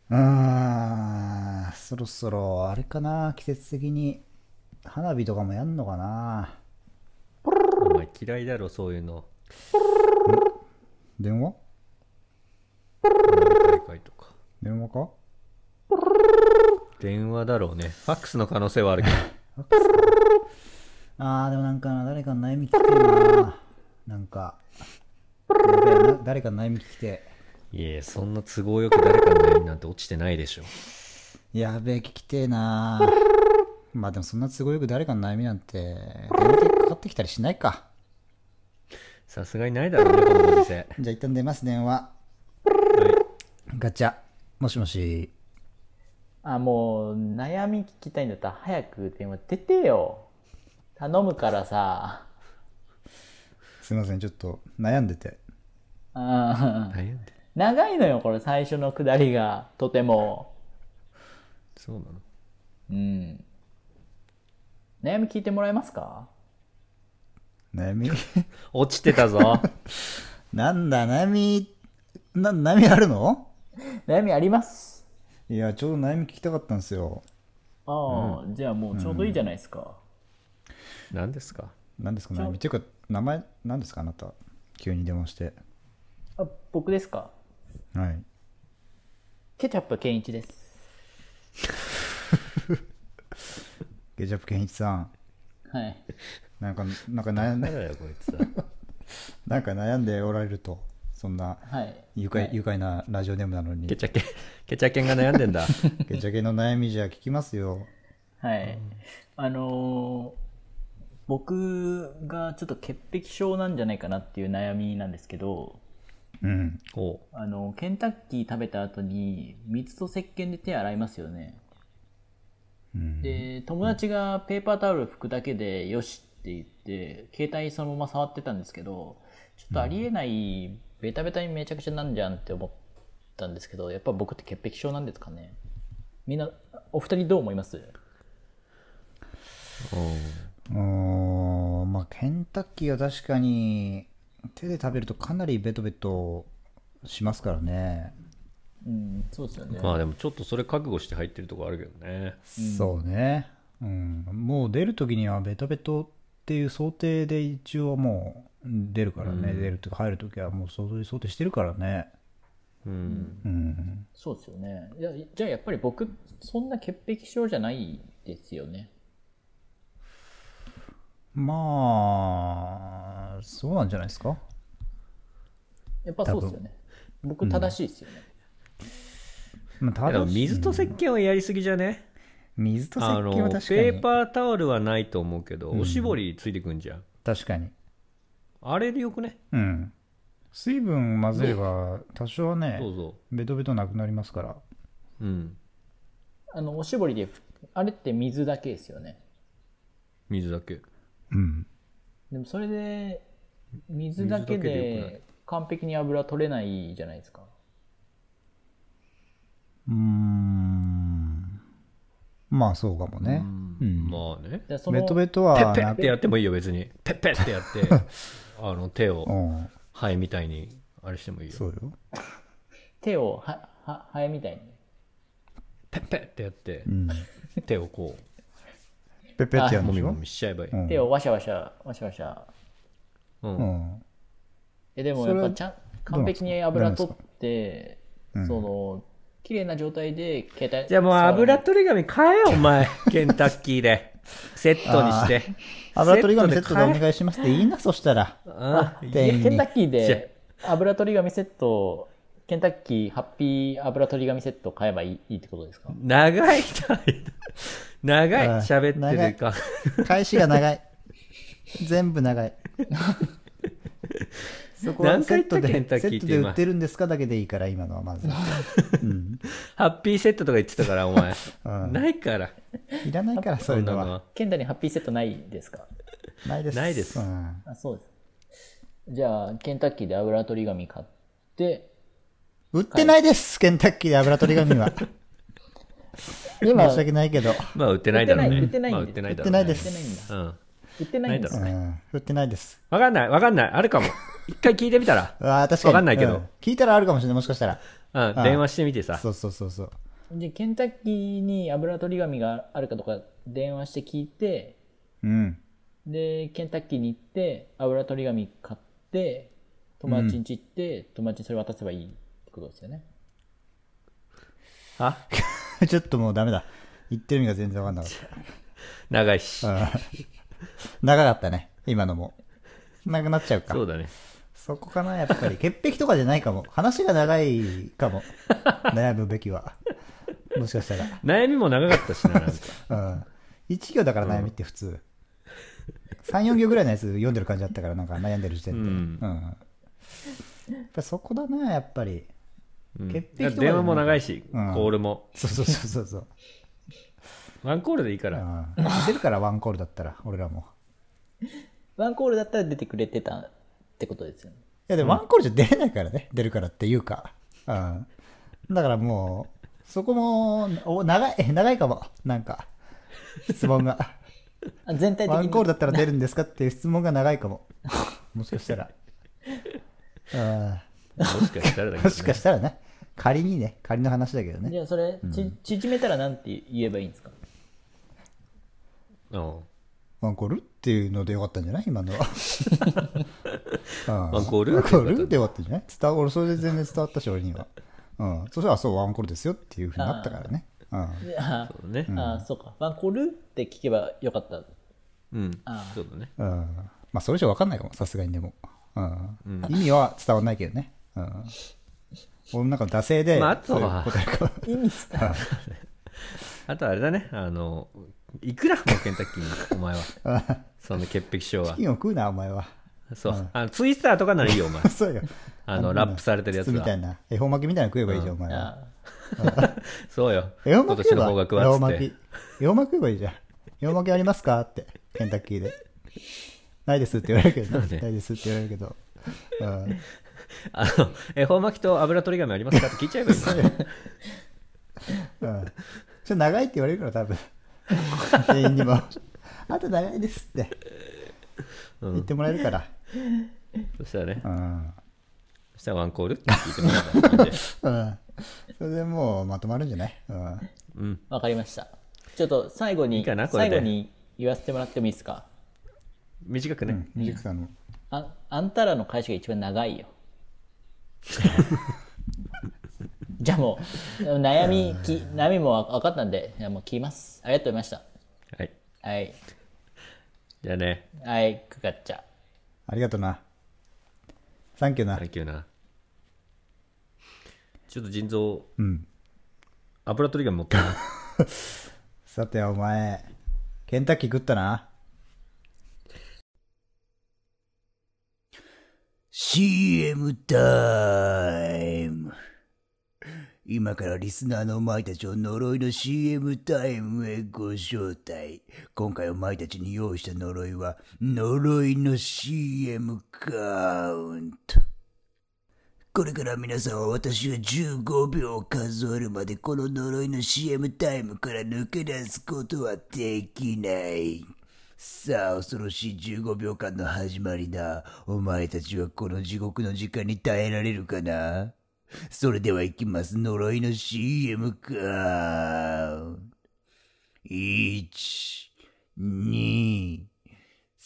そろそろあれかな、季節的に花火とかもやんのかな。 お前嫌いだろそういうの。 電話花火大会とか。 電話か。 電話だろうね。ファックスの可能性はあるけど。 でもなんかな、誰かの悩み聞きてえな。なんかやべえな、誰かの悩み聞きていや、そんな都合よく誰かの悩みなんて落ちてないでしょ。 え。やべえ、聞きてえな。まあでもそんな都合よく誰かの悩みなんて電話でかかってきたりしないか。 さすがにないだろうね、このご時世。 じゃあ一旦出ます、電話。 はい。 ガチャ。もしもし。 もう悩み聞きたいんだったら早く電話出てよ。頼むからさ。 すいません、ちょっと悩んでて。 悩んで。 長いのよこれ最初のくだりがとても。 そうなの。 うん悩み聞いてもらえますか？ 悩み落ちてたぞ。 なんだ、悩みあるの？ 悩みあります。 いや、ちょうど悩み聞きたかったんですよ。 じゃあもうちょうどいいじゃないですか。 何ですか？ 何ですか、悩みっていうか、名前何ですか、あなた。急に電話して。 僕ですか？ はい。 ケチャップ健一です。 ケチャップ健一さん。 はい。 なんか悩んで誰だよこいつは。 なんか悩んでおられると、そんなはい愉快なラジオネームなのに。 ケチャケンが悩んでんだ。 ケチャケの悩みじゃ聞きますよ。 はい。僕がちょっと潔癖症なんじゃないかなっていう悩みなんですけど、 うん。 おう。 ケンタッキー食べた後に水と石鹸で手洗いますよね。で、友達がペーパータオル拭くだけでよしって言って携帯そのまま触ってたんですけど、ちょっとありえない、ベタベタにめちゃくちゃなんじゃんって思ったんですけど、やっぱ僕って潔癖症なんですかね。みんなお二人どう思います？ まあケンタッキーは確かに手で食べるとかなりベトベトしますからね。 そうですよね。 まあでもちょっとそれ覚悟して入ってるとこあるけどね。 そうね。もう出るときにはベトベトっていう想定で一応もう出るからね。出るとか入るときはもうそういう想定してるからね。 そうですよね。じゃあやっぱり僕そんな潔癖症じゃないですよね。 まあそうなんじゃないですか。 やっぱそうですよね。僕正しいですよね。 でも正しい水と石鹸はやりすぎじゃね？ 水と石鹸は確かにペーパータオルはないと思うけど、おしぼりついてくんじゃん。 確かに。 あれでよくね？ 水分混ぜれば多少はね、 そうそベトベトなくなりますから。 おしぼりであれって水だけですよね。 水だけ。 でもそれで水だけで完璧に油取れないじゃないですか。 まあそうかもね。 まあね。 ベトベトはペッペッってやってもいいよ別に。ペッペッってやって手をハエみたいにあれしてもいいよ。 そうよ。 手をハエみたいにペッペッってやって、手をこうペッペッってやるんでしょ。 もみもみしちゃえばいい。 手をワシャワシャワシャワシャ。でもやっぱ完璧に油取ってその綺麗な状態で携帯。 じゃあもう油取り紙買えよお前。ケンタッキーでセットにして油取り紙セットでお願いしますっていいな。そしたらケンタッキーで油取り紙セット、ケンタッキーハッピー油取り紙セット買えばいいってことですか？ 長い喋ってるか。 返しが長い。全部長い。そこはセットで売ってるんですかだけでいいから、今のはまず。 ハッピーセットとか言ってたからお前。ないから。 いらないからそういうのは。 ケンタにハッピーセットないですか？ ないです。 ないです。 そうです。じゃあケンタッキーで油取り紙買って売ってないです。ケンタッキーで油取り紙は。今申し訳ないけど。 まあ売ってないだろうね。 売ってないです。 売ってないんだ。 売ってないです。 わかんない。あるかも。一回聞いてみたら。 確かに。 わかんないけど。 聞いたらあるかもしれない。もしかしたら。 電話してみてさ。 そうそうそうそう。 で、ケンタッキーに油取り紙があるかとか電話して聞いて、 うん。 で、ケンタッキーに行って、油取り紙買って、友達ん家行って、友達にそれ渡せばいいってことですよね。 あちょっともうダメだ。言ってる意味が全然わかんなかっ長いし。 た。長かったね。今のも。なくなっちゃうか。 そうだね。 そこかな、やっぱり。潔癖とかじゃないかも。話が長いかも。悩むべきは。もしかしたら。 悩みも長かったしな、なんか。 うん。1行だから悩みって普通。3、4行ぐらいのやつ読んでる感じだったから、なんか悩んでる時点で。やっぱそこだな、やっぱり。潔癖とか電話も長いし、コールも。 そうそうそうそう。 ワンコールでいいから。 出るからワンコールだったら、俺らも。 ワンコールだったら出てくれてたってことですよね。 いやでもワンコールじゃ出れないからね、出るからっていうか。だからもう、そこも、長いかも。なんか、質問が。 全体的に。 ワンコールだったら出るんですかっていう質問が長いかも。もしかしたら。 もしかしたらだけどね。 もしかしたらね。仮にね、仮の話だけどね。 じゃあそれ、縮めたらなんて言えばいいんですか？ ワンコールっていうのでよかったんじゃない今のは。 ワンコールワンコールでよかったんじゃない俺それで全然伝わったし、俺には。そしたらそう、ワンコールですよっていうふうになったからね。 そうね。 そうか。ワンコールって聞けばよかった。 そうだね。 まあ、それ以上わかんないかも、さすがにでも。意味は伝わんないけどね。俺の中の惰性で、 あとは、 意味伝わる。 あとあれだね、いくらもケンタッキーに、お前は。その潔癖症は。 チキンを食うな、お前は。 そう。ツイスターとかならいいよ、お前。 そうよ。 ラップされてるやつみたいな。恵方巻きみたいなの食えばいいじゃん、お前は。 そうよ。 恵方巻き今年の方角はっつって。 恵方巻き食えばいいじゃん。恵方巻きありますかって、ケンタッキーで。ないですって言われるけどね。ないですって言われるけど。 恵方巻きと油取り紙ありますかって聞いちゃえばいいの。ちょっと長いって言われるから多分店員にもあと長いですって言ってもらえるから、 そしたらね、そしたらワンコールって聞いてもらったらそれでもうまとまるんじゃない？ わかりました。ちょっと最後に言わせてもらってもいいですか？ 短くね。 短くたの。 あんたらの会社が一番長いよ。じゃあもう悩みも分かったんで、もう切ります。ありがとうございました。はい。 じゃあね。 はい、かかっちゃ。 ありがとうな。サンキューな。 サンキューな。ちょっと腎臓、 うん。 油取り紙持ってるな。 さてお前、ケンタッキー食ったな。CM タイム。今からリスナーのお前たちを呪いの CM タイムへご招待。今回お前たちに用意した呪いは、呪いの CM カウント。これから皆さんは私が15秒数えるまでこの呪いの CM タイムから抜け出すことはできない。さあ、恐ろしい15秒間の始まりだ。お前たちはこの地獄の時間に耐えられるかな？それでは行きます。呪いの CM カウン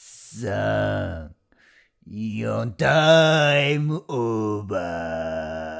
ト。1、2、3、4タイムオーバー。